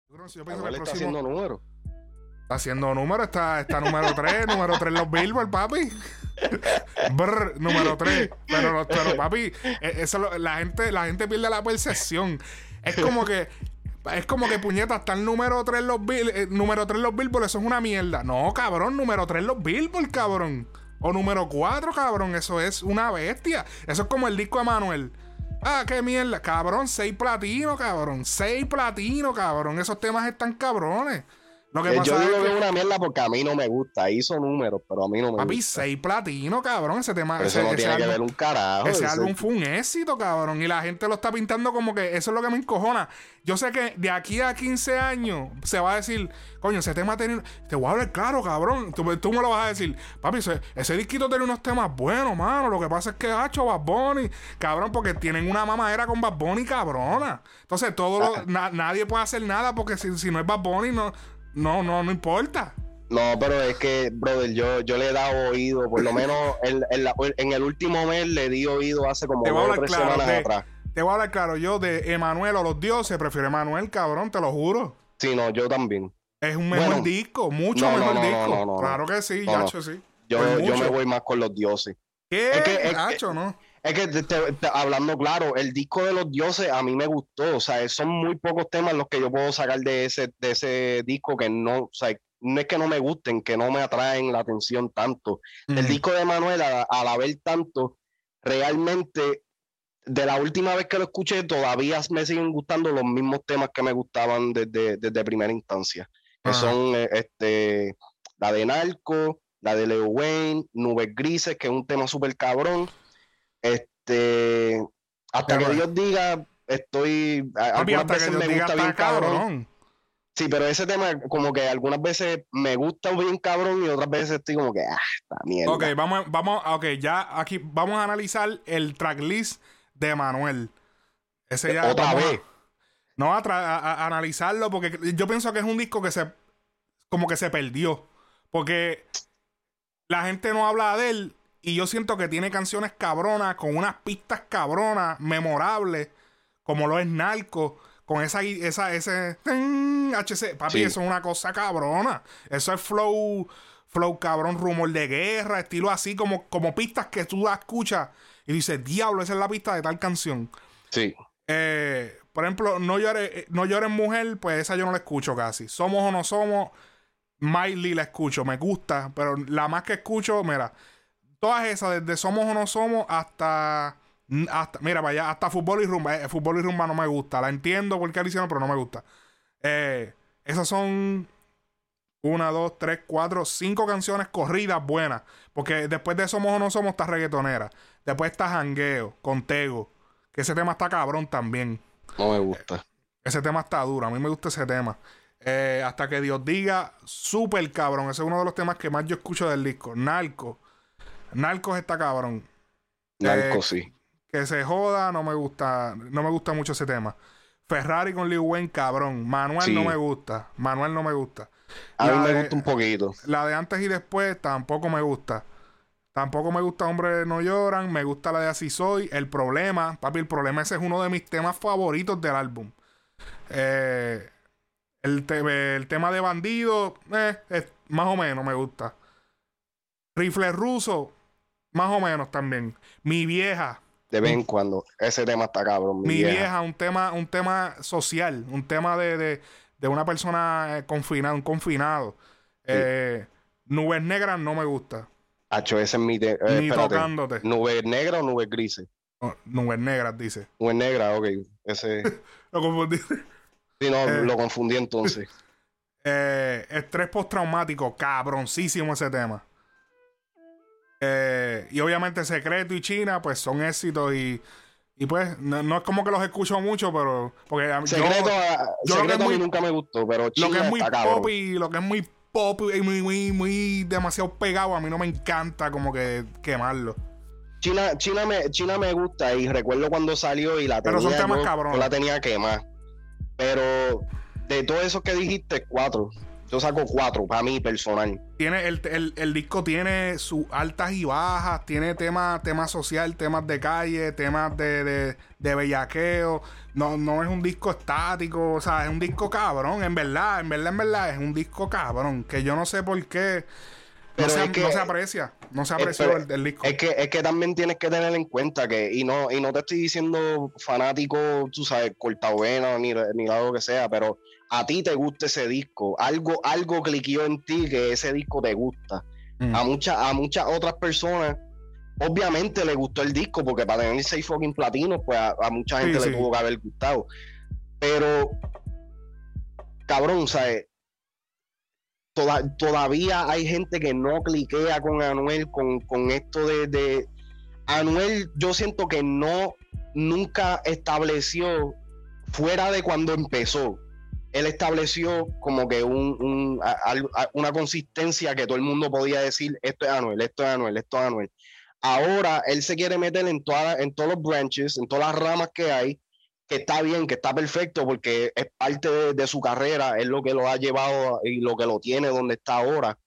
Yo pienso que Anuel está haciendo números. Está haciendo números, está número 3, número 3 en los Billboard, papi. Brr, número 3. Pero papi, la gente pierde la percepción. Es como que puñeta, está el número 3 en los número 3 en los Billboard, eso es una mierda. No, cabrón, número 3 en los Billboard, cabrón. O número 4, cabrón, eso es una bestia. Eso es como el disco de Manuel. Ah, qué mierda, cabrón, 6 platinos, cabrón. 6 platinos, cabrón. Esos temas están cabrones. Lo que pasa yo digo es que es una mierda porque a mí no me gusta. Hizo números, pero a mí no me papi, gusta. 6 platinos, cabrón. Ese tema. Pero eso no tiene que ver un carajo. Ese álbum fue un éxito, cabrón. Y la gente lo está pintando como que eso es lo que me encojona. Yo sé que de aquí a 15 años se va a decir, coño, ese tema tenía. Te voy a hablar claro, cabrón. Tú me lo vas a decir, papi, ese disquito tiene unos temas buenos, mano. Lo que pasa es que ha hecho Bad Bunny, cabrón, porque tienen una mamadera con Bad Bunny, cabrona. Entonces, nadie puede hacer nada porque si no es Bad Bunny, no importa. No, pero es que, brother, yo le he dado oído, por lo menos en el último mes le di oído hace como 2 o 3 semanas atrás. Te voy a hablar claro, yo de Emanuel o Los Dioses prefiero Emanuel, cabrón, te lo juro. Sí, no, yo también. Es un mejor disco, mucho mejor disco. No, claro que sí, Yacho, sí. Yo me voy más con Los Dioses. ¿Qué? Yacho, ¿no? Es que hablando claro, el disco de Los Dioses a mí me gustó, o sea, son muy pocos temas los que yo puedo sacar de ese disco que no, o sea, no es que no me gusten, que no me atraen la atención tanto. El disco de Manuel, al haber tanto, realmente, de la última vez que lo escuché, todavía me siguen gustando los mismos temas que me gustaban desde primera instancia, que son la de Narco, la de Lil Wayne, Nubes Grises, que es un tema súper cabrón. Hasta que Dios diga, algunas veces me gusta bien cabrón. Sí, pero ese tema como que algunas veces me gusta bien cabrón y otras veces estoy como que esta mierda. Ok, ya aquí vamos a analizar el tracklist de Manuel. Ese ya otra vez. A analizarlo porque yo pienso que es un disco que como que se perdió. Porque la gente no habla de él. Y yo siento que tiene canciones cabronas, con unas pistas cabronas, memorables, como lo es Narco, con ese HC. Papi, sí. Eso es una cosa cabrona. Eso es flow cabrón, rumor de guerra, estilo así, como pistas que tú escuchas y dices, diablo, esa es la pista de tal canción. Sí. Por ejemplo, No llores mujer, pues esa yo no la escucho casi. Somos o no somos, Miley la escucho, me gusta, pero la más que escucho, mira, todas esas, desde Somos o no somos hasta mira, vaya, hasta Fútbol y Rumba. Fútbol y Rumba no me gusta. La entiendo porque la hicieron, pero no me gusta. Esas son 1, 2, 3, 4, 5 canciones corridas buenas. Porque después de Somos o no somos está Reggaetonera. Después está Jangueo con Tego. Que ese tema está cabrón también. No me gusta. Ese tema está duro. A mí me gusta ese tema. Hasta que Dios diga, súper cabrón. Ese es uno de los temas que más yo escucho del disco. Narcos está cabrón. Narcos, sí. Que se joda, no me gusta mucho ese tema. Ferrari con Lil Wayne, cabrón. Manuel sí. No me gusta. A mí me gusta un poquito. La de Antes y Después tampoco me gusta. Tampoco me gusta Hombres No Lloran. Me gusta la de Así Soy. El Problema. Papi, El Problema ese es uno de mis temas favoritos del álbum. El tema de Bandido, más o menos me gusta. Rifle Ruso, más o menos también. Mi Vieja. De vez en cuando. Ese tema está cabrón. Mi vieja, un tema social. Un tema de una persona confinada, un confinado. Sí. Nubes Negras no me gusta. Hacho, ese es mi... Ni tocándote. ¿Nubes negras o nubes grises? Oh, Nubes Negras, dice. Nubes Negras, ok. Ese... Lo confundí. Sí, no, lo confundí entonces. Estrés postraumático, cabroncísimo ese tema. Y obviamente Secreto y China pues son éxitos y pues no es como que los escucho mucho, pero porque Secreto a mí nunca me gustó, pero China lo que es muy pop y muy demasiado pegado, a mí no me encanta como que quemarlo. China me gusta y recuerdo cuando salió y la tenía, pero son temas cabrones. Yo la tenía quemada, pero de todo eso que dijiste, 4 Yo saco 4 para mí personal. Tiene el disco tiene sus altas y bajas, tiene temas social, temas de calle, temas de bellaqueo. No es un disco estático, o sea, es un disco cabrón, en verdad es un disco cabrón, que yo no sé por qué no se aprecia el disco. Es que también tienes que tener en cuenta que, y no te estoy diciendo fanático, tú sabes, cortavena ni nada lo que sea, pero a ti te gusta ese disco, algo cliqueó en ti que ese disco te gusta. A muchas otras personas obviamente le gustó el disco, porque para tener 6 fucking platinos, pues a mucha gente le tuvo que haber gustado, pero cabrón, ¿sabes? Todavía hay gente que no cliquea con Anuel, con esto de Anuel. Yo siento que nunca estableció, fuera de cuando empezó, él estableció como que una consistencia que todo el mundo podía decir: esto es Anuel, esto es Anuel, esto es Anuel. Ahora él se quiere meter en todos los branches, en todas las ramas que hay, que está bien, que está perfecto, porque es parte de su carrera, es lo que lo ha llevado y lo que lo tiene donde está ahora,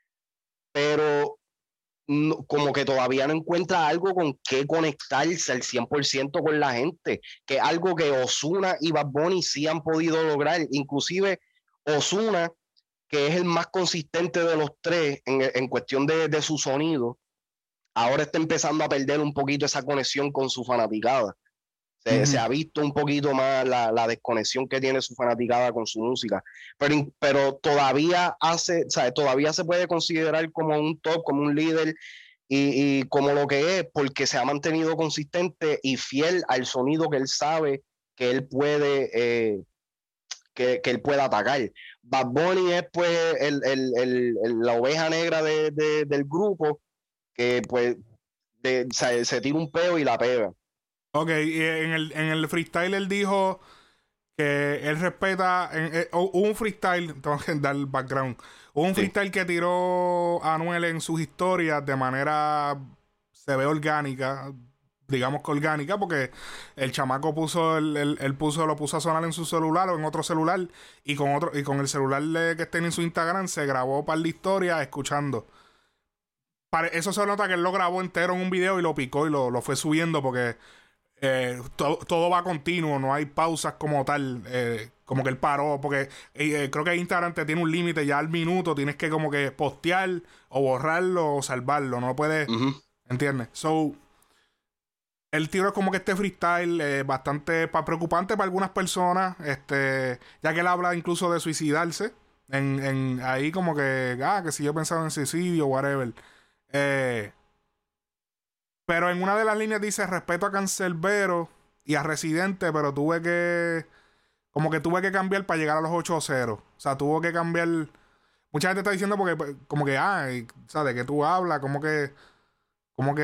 pero como que todavía no encuentra algo con qué conectarse al 100% con la gente, que es algo que Ozuna y Bad Bunny sí han podido lograr. Inclusive Ozuna, que es el más consistente de los tres en cuestión de su sonido, ahora está empezando a perder un poquito esa conexión con su fanaticada. Se ha visto un poquito más la desconexión que tiene su fanaticada con su música, pero todavía todavía se puede considerar como un top, como un líder y como lo que es, porque se ha mantenido consistente y fiel al sonido que él sabe que él puede que él pueda atacar. Bad Bunny es pues la oveja negra del grupo, que pues se tira un peo y la pega. Ok, y en el freestyle él dijo que él respeta. Hubo un freestyle, tengo que dar el background. Hubo un freestyle que tiró Anuel en sus historias de manera, se ve orgánica, digamos que orgánica, porque el chamaco lo puso a sonar en su celular o en otro celular, y con el celular que esté en su Instagram se grabó par de historias escuchando. Eso se nota que él lo grabó entero en un video y lo picó y lo fue subiendo, porque todo va continuo, no hay pausas como tal, como que él paró, porque creo que Instagram te tiene un límite ya al minuto, tienes que como que postear o borrarlo o salvarlo, no puedes, ¿entiendes? So, el tiro es como que este freestyle bastante preocupante para algunas personas, ya que él habla incluso de suicidarse, ahí como que si yo pensaba en suicidio, whatever. Pero en una de las líneas dice: respeto a Canserbero y a Residente, pero tuve que cambiar para llegar a los 8-0. O sea, tuvo que cambiar. Mucha gente está diciendo porque, como que, ¿sabes? ¿De qué tú hablas? Como que, o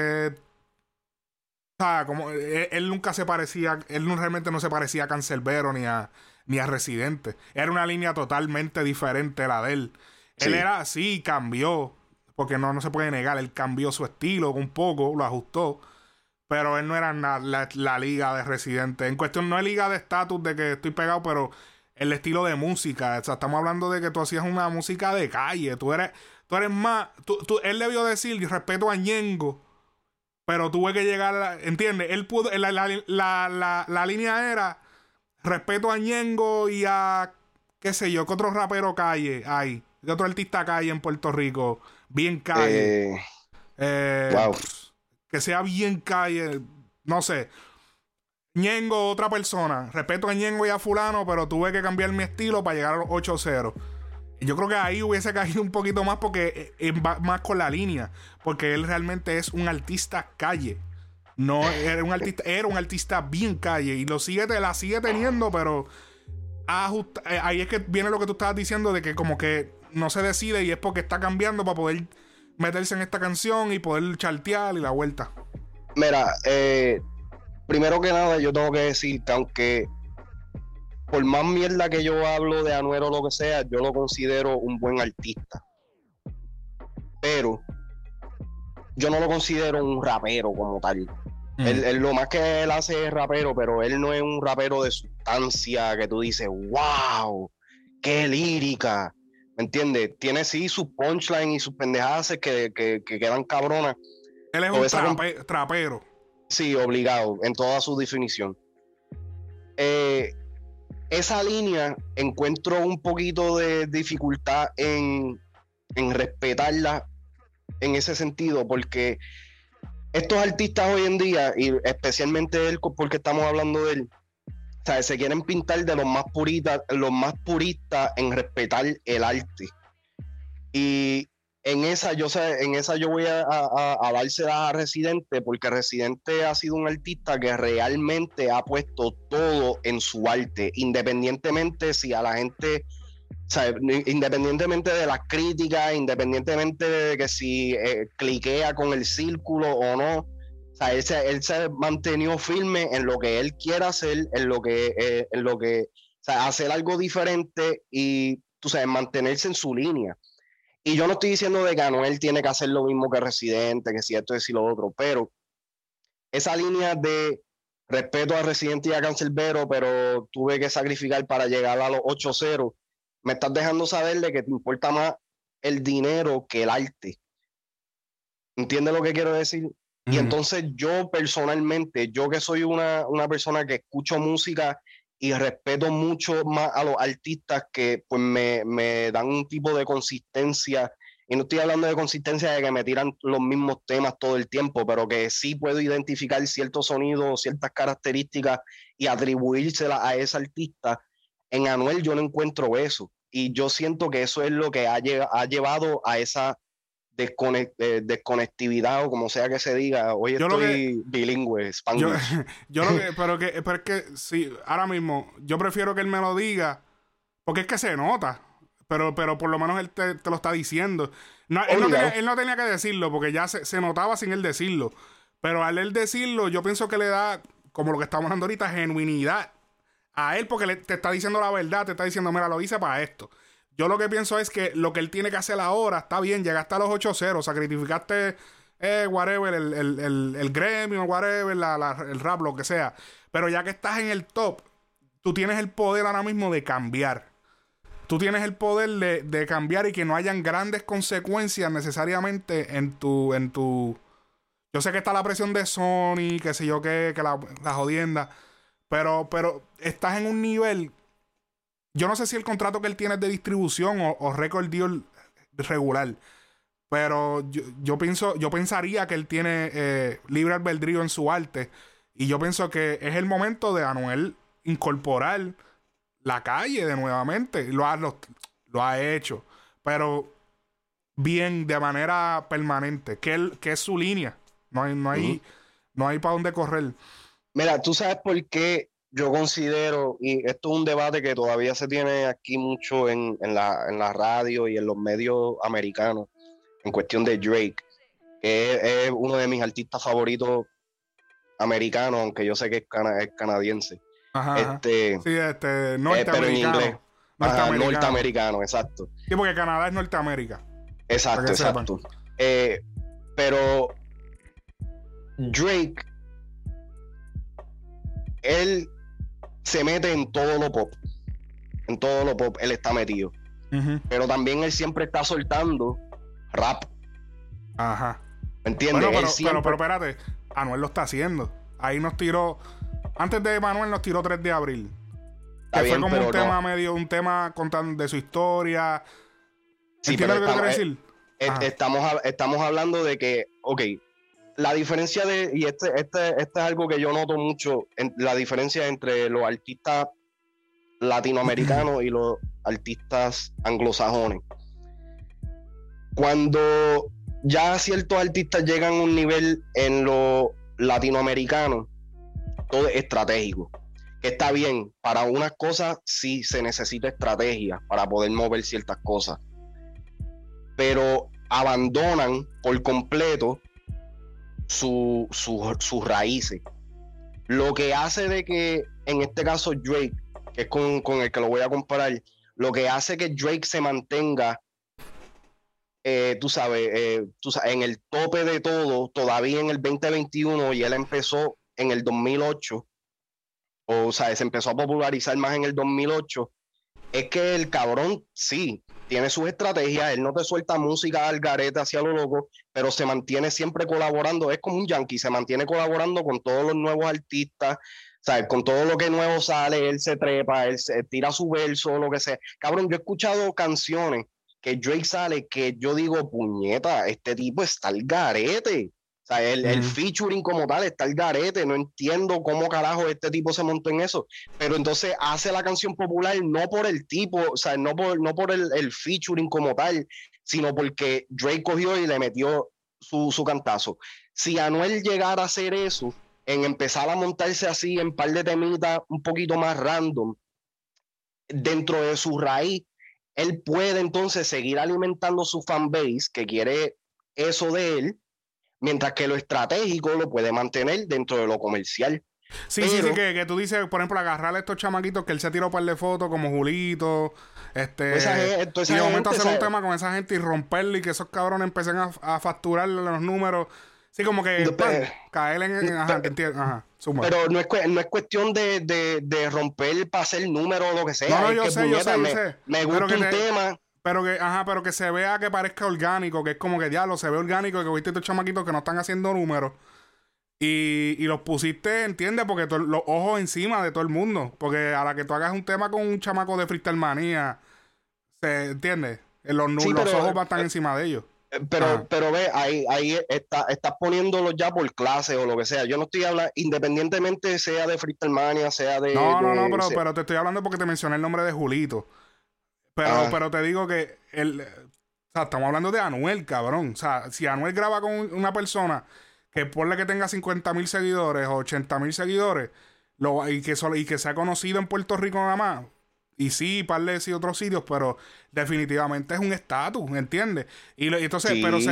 sea, como él nunca se parecía, él realmente no se parecía a Canserbero ni a Residente. Era una línea totalmente diferente la de él. Sí. Él era así, cambió. Porque no se puede negar, él cambió su estilo un poco, lo ajustó, pero él no era la liga de Residente. En cuestión no es liga de estatus de que estoy pegado, pero el estilo de música. O sea, estamos hablando de que tú hacías una música de calle. Tú eres más. Él debió decir: respeto a Ñengo, pero tuve que llegar ¿entiendes? Él pudo. La línea era: respeto a Ñengo y a qué sé yo, ¿qué otro rapero calle hay? ¿Qué otro artista calle en Puerto Rico? Bien calle. Wow. Que sea bien calle. No sé. Ñengo, otra persona. Respeto a Ñengo y a fulano, pero tuve que cambiar mi estilo para llegar a los 8-0. Y yo creo que ahí hubiese caído un poquito más, porque va más con la línea. Porque él realmente es un artista calle. No era un artista bien calle. Y la sigue teniendo, pero ahí es que viene lo que tú estabas diciendo, de que como que no se decide, y es porque está cambiando para poder meterse en esta canción y poder chartear y la vuelta. Mira, primero que nada yo tengo que decir que aunque por más mierda que yo hablo de Anuel o lo que sea, yo lo considero un buen artista, pero yo no lo considero un rapero como tal. Lo más que él hace es rapero, pero él no es un rapero de sustancia que tú dices: wow, qué lírica. ¿me entiendes? Tiene sí sus punchline y sus pendejadas que quedan cabronas. Él es un trapero. Sí, obligado, en toda su definición. Esa línea encuentro un poquito de dificultad en respetarla en ese sentido, porque estos artistas hoy en día, y especialmente él, porque estamos hablando de él, o sea, se quieren pintar de los más puristas en respetar el arte. Y en esa yo voy a dársela a Residente, porque Residente ha sido un artista que realmente ha puesto todo en su arte, independientemente si a la gente, o sea, independientemente de las críticas, independientemente de que si cliquea con el círculo o no. O sea, él se mantenió firme en lo que él quiera hacer, o sea, hacer algo diferente y, tú sabes, mantenerse en su línea. Y yo no estoy diciendo de que Anuel tiene que hacer lo mismo que Residente, que si esto es y lo otro, pero esa línea de respeto a Residente y a Canserbero, pero tuve que sacrificar para llegar a los 8-0, me estás dejando saber de que te importa más el dinero que el arte. ¿Entiendes lo que quiero decir? Y entonces yo personalmente, yo que soy una persona que escucho música y respeto mucho más a los artistas que pues me dan un tipo de consistencia, y no estoy hablando de consistencia de que me tiran los mismos temas todo el tiempo, pero que sí puedo identificar ciertos sonidos, ciertas características y atribuírselas a ese artista. En Anuel yo no encuentro eso, y yo siento que eso es lo que ha llevado a esa desconectividad, o como sea que se diga. Hoy estoy bilingüe, Spanglish. Pero es que sí, ahora mismo yo prefiero que él me lo diga, porque es que se nota, pero por lo menos él te lo está diciendo. No, él no tenía que decirlo, porque ya se notaba sin él decirlo, pero al él decirlo yo pienso que le da, como lo que estamos hablando ahorita, genuinidad a él, porque te está diciendo la verdad, te está diciendo, mira, lo hice para esto. Yo lo que pienso es que lo que él tiene que hacer ahora, está bien, llegaste a los 8-0, sacrificaste whatever, el gremio, whatever, el rap, lo que sea. Pero ya que estás en el top, tú tienes el poder ahora mismo de cambiar. Tú tienes el poder de cambiar y que no hayan grandes consecuencias necesariamente en tu... Yo sé que está la presión de Sony, que sé yo qué, que la jodienda, pero estás en un nivel... Yo no sé si el contrato que él tiene es de distribución o record deal regular. Pero yo pensaría que él tiene libre albedrío en su arte. Y yo pienso que es el momento de Anuel incorporar la calle de nuevamente. Lo ha hecho. Pero bien, de manera permanente. Que es su línea. No hay para dónde correr. Mira, tú sabes por qué yo considero, y esto es un debate que todavía se tiene aquí mucho en la radio y en los medios americanos, en cuestión de Drake, que es uno de mis artistas favoritos americanos, aunque yo sé que es canadiense. Ajá. Sí, norteamericano. Pero en inglés. Norteamericano, exacto. Sí, porque Canadá es Norteamérica. Exacto. Pero Drake, él se mete en todo lo pop. En todo lo pop él está metido. Pero también él siempre está soltando rap. Ajá. ¿Me entiendes? Bueno, pero espérate, Anuel lo está haciendo. Ahí nos tiró, antes de Manuel nos tiró 3 de abril. Que fue como un tema contando de su historia. Sí, ¿Entiendes lo que quiero decir? Estamos hablando de que, ok, la diferencia y este es algo que yo noto mucho, la diferencia entre los artistas latinoamericanos y los artistas anglosajones. Cuando ya ciertos artistas llegan a un nivel en lo latinoamericano, todo es estratégico. Está bien, para unas cosas sí se necesita estrategia para poder mover ciertas cosas, pero abandonan por completo sus raíces. Lo que hace de que, en este caso Drake, que es con el que lo voy a comparar, lo que hace que Drake se mantenga, tú sabes, en el tope de todo, todavía en el 2021, y él empezó en el 2008, o sea, se empezó a popularizar más en el 2008, Es que el cabrón, sí, tiene sus estrategias, él no te suelta música al garete hacia lo loco, pero se mantiene siempre colaborando, es como un yankee, se mantiene colaborando con todos los nuevos artistas, ¿sabes? Con todo lo que nuevo sale, él se trepa, él se tira su verso, lo que sea. Cabrón, yo he escuchado canciones que Drake sale que yo digo, puñeta, este tipo está al garete. O sea, el featuring como tal está al garete, no entiendo cómo carajo este tipo se montó en eso, pero entonces hace la canción popular no por el tipo, o sea, no por el featuring como tal, sino porque Drake cogió y le metió su cantazo. Si Anuel llegara a hacer eso, en empezar a montarse así en par de temitas un poquito más random, dentro de su raíz, él puede entonces seguir alimentando su fanbase que quiere eso de él, mientras que lo estratégico lo puede mantener dentro de lo comercial. Sí, Pero, sí, que tú dices, por ejemplo, agarrar a estos chamaquitos que él se tiró un par de fotos como Julito, toda y esa de momento gente, hacer un ¿sabes? tema con esa gente y romperle y que esos cabrones empiecen a facturar los números. Sí, como que, pan, caer ajá, te entiendo, ajá, suma. Pero no es cuestión de romper para hacer número o lo que sea. No, no, Es yo que, sé, yo puñeta, sé, yo sé. me Pero gusta que un tema. pero que se vea que parezca orgánico, que es como que diablo, se ve orgánico, que viste estos chamaquitos que no están haciendo números. Y los pusiste, ¿entiendes? Porque los ojos encima de todo el mundo. Porque a la que tú hagas un tema con un chamaco de Freestyle Manía, ¿se entiende? Sí, Los ojos van a estar encima de ellos. Ajá. pero ve, ahí estás poniéndolo ya por clase o lo que sea. Yo no estoy hablando, independientemente sea de Freestyle Mania, sea No, sea- pero te estoy hablando porque te mencioné el nombre de Julito. ah, Pero te digo que o sea, estamos hablando de Anuel, cabrón. O sea, si Anuel graba con una persona que ponle que tenga 50,000 seguidores o 80,000 seguidores y que sea conocido en Puerto Rico nada más. Y sí, parle de otros sitios, pero definitivamente es un estatus, ¿entiendes? Y entonces, sí.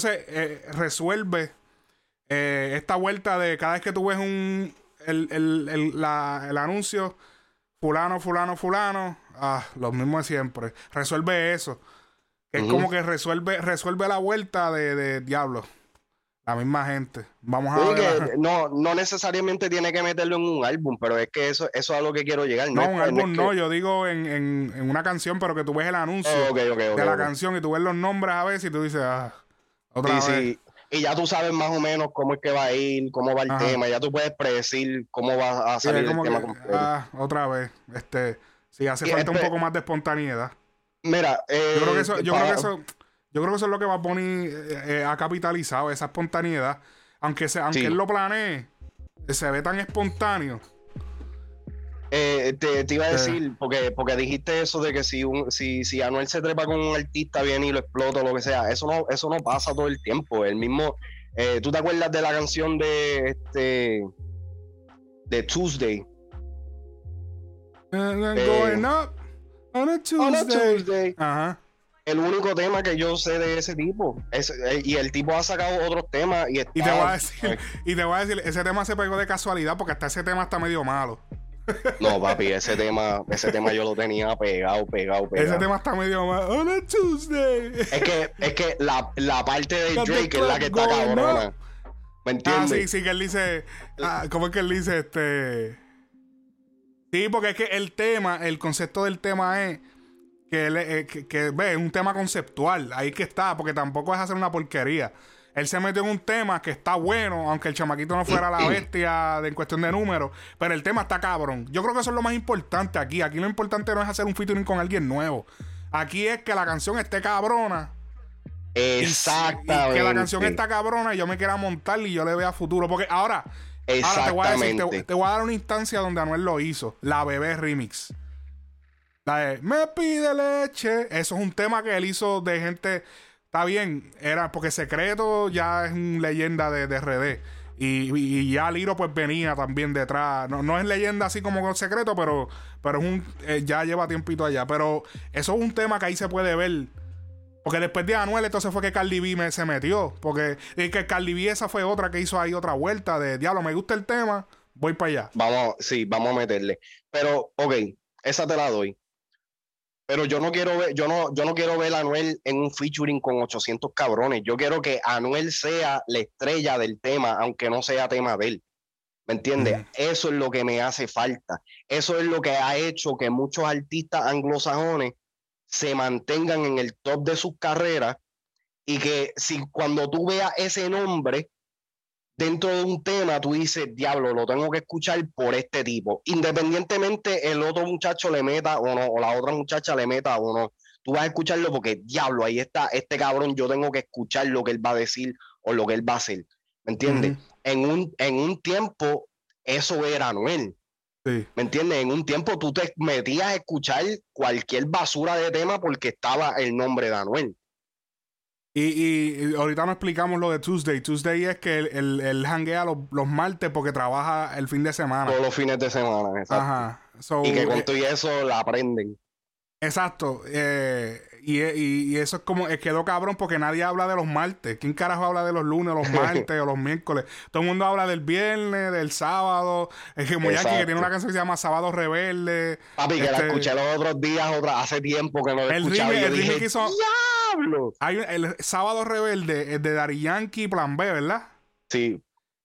resuelve esta vuelta de cada vez que tú ves el anuncio, fulano, los mismos de siempre. Resuelve eso. Que es como que resuelve la vuelta de diablo. La misma gente. Vamos a Oye, ver. que no necesariamente tiene que meterlo en un álbum, pero es que eso es a lo que quiero llegar. No, No es, un no es álbum que. no, yo digo en una canción, pero que tú ves el anuncio Oh, de la ok. canción y tú ves los nombres a veces y tú dices, Sí, otra vez. sí. Y ya tú sabes más o menos cómo es que va a ir, cómo va el Ajá. tema, ya tú puedes predecir cómo va a Y es salir el como que, tema completo. otra vez. Sí, hace Y falta un poco más de espontaneidad. mira, Yo creo que eso, yo creo que eso, yo creo que eso es lo que Bad Bunny ha capitalizado, esa espontaneidad. Aunque él sí, lo planee, se ve tan espontáneo. te iba a Eh, decir, porque dijiste eso de que si Anuel se trepa con un artista bien y lo explota o lo que sea, eso no pasa todo el tiempo. El mismo, ¿tú te acuerdas de la canción de Tuesday? Going up on a On a Tuesday. Tuesday. Ajá. El único tema que yo sé de ese tipo. Y el tipo ha sacado otros temas y Y te voy a está. decir, ese tema se pegó de casualidad porque hasta ese tema está medio malo. No, papi, ese tema yo lo tenía pegado. Ese tema está medio malo. On a Tuesday. Es que la parte de Got the Drake es la que club está going cabrona. up. ¿Me entiendes? Sí, que él dice. ¿Cómo es que él dice Sí, porque es que el concepto del tema es que él ve, es un tema conceptual. Ahí que está, porque tampoco es hacer una porquería. Él se metió en un tema que está bueno, aunque el chamaquito no fuera la bestia en cuestión de números, pero el tema está cabrón. Yo creo que eso es lo más importante aquí. Aquí lo importante no es hacer un featuring con alguien nuevo. Aquí es que la canción esté cabrona. Y que la canción Exactamente. está cabrona y yo me quiera montar y yo le vea futuro. Porque ahora te voy a decir, Exactamente. te voy a dar una instancia donde Anuel lo hizo. La Bebé Remix. La de Me pide leche. Eso es un tema que él hizo de gente. Está bien, era porque Secreto ya es una leyenda de RD. Y ya Liro pues venía también detrás. No es leyenda así como con Secreto, pero es ya lleva tiempito allá. Pero eso es un tema que ahí se puede ver. Porque después de Anuel, entonces fue que Cardi B se metió. Porque que Cardi B esa fue otra que hizo ahí otra vuelta de diablo, me gusta el tema, voy para allá. Sí, vamos a meterle. Pero, ok, esa te la doy. Pero yo no quiero ver a Anuel en un featuring con 800 cabrones. Yo quiero que Anuel sea la estrella del tema, aunque no sea tema de él. ¿Me entiendes? Eso es lo que me hace falta. Eso es lo que ha hecho que muchos artistas anglosajones se mantengan en el top de sus carreras y que si cuando tú veas ese nombre dentro de un tema, tú dices, diablo, lo tengo que escuchar por este tipo. Independientemente el otro muchacho le meta o no, o la otra muchacha le meta o no. Tú vas a escucharlo porque, diablo, ahí está este cabrón, yo tengo que escuchar lo que él va a decir o lo que él va a hacer. ¿Me entiendes? En un tiempo, eso era Anuel. Sí. ¿Me entiendes? En un tiempo tú te metías a escuchar cualquier basura de tema porque estaba el nombre de Anuel. Y ahorita no explicamos lo de Tuesday. Tuesday es que él janguea los martes porque trabaja el fin de semana. Todos los fines de semana, exacto. Ajá. So, y que con todo y eso la aprenden. Exacto. Y eso es como... quedó cabrón porque nadie habla de los martes. ¿Quién carajo habla de los lunes, los martes o los miércoles? Todo el mundo habla del viernes, del sábado. Es como Yankee, que tiene una canción que se llama Sábado Rebelde. Papi, que la escuché los otros días, hace tiempo que no la escuchaba. El remix que hizo... ¡Diablo! El Sábado Rebelde es de Daddy Yankee y Plan B, ¿verdad? Sí.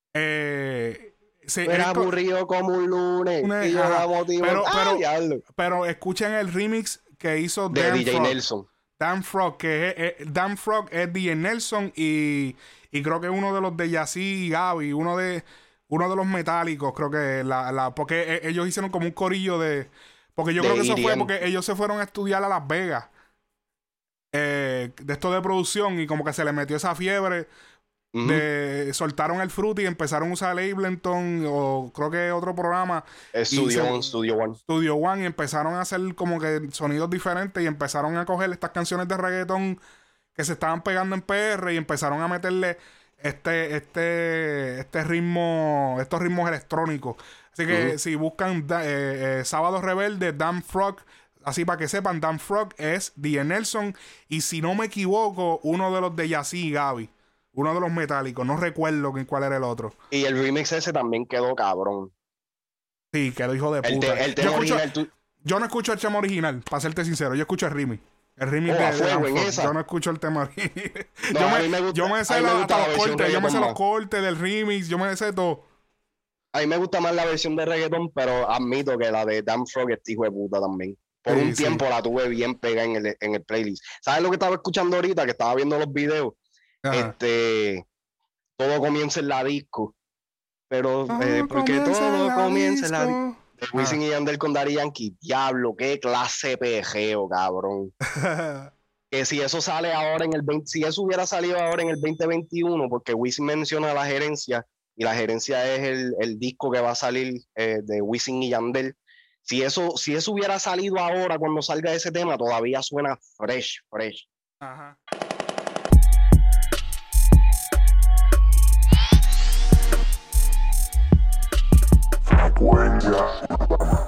Era aburrido como un lunes. Y yo la motivo. Pero escuchen el remix que hizo de Dan DJ Frog. Nelson. Dan Frog, que es Dan Frog es DJ Nelson y creo que uno de los de Yací y Gaby, uno de los metálicos, creo que porque ellos hicieron como un corillo de... Porque yo creo que eso fue porque ellos se fueron a estudiar a Las Vegas. De esto de producción y como que se le metió esa fiebre. Soltaron el Fruity y empezaron a usar Ableton o creo que otro programa Studio One y empezaron a hacer como que sonidos diferentes y empezaron a coger estas canciones de reggaeton que se estaban pegando en PR y empezaron a meterle estos ritmos electrónicos. Así que si buscan Sábado Rebelde, Dan Frog, así para que sepan, Dan Frog es DJ Nelson y si no me equivoco, uno de los de Yací y Gaby. Uno de los metálicos, no recuerdo cuál era el otro. Y el remix ese también quedó cabrón. Sí, quedó hijo de puta. Yo no escucho el tema original, para serte sincero. Yo escucho el remix. El remix de yo no escucho el tema original. Yo me sé hasta los cortes. Yo me sé los cortes del remix. Yo me sé todo. A mí me gusta más la versión de reggaeton, pero admito que la de Dan Frog es hijo de puta también. Por un tiempo la tuve bien pegada en el playlist. ¿Sabes lo que estaba escuchando ahorita? Que estaba viendo los videos. Todo comienza en la disco, pero porque todo comienza en la disco. De Wisin y Yandel con Daddy Yankee, diablo, qué clase pejeo, cabrón. Que si eso sale ahora si eso hubiera salido ahora en el 2021, porque Wisin menciona la gerencia y la gerencia es el disco que va a salir de Wisin y Yandel. Si eso hubiera salido ahora cuando salga ese tema, todavía suena fresh. Ajá. Frecuencia.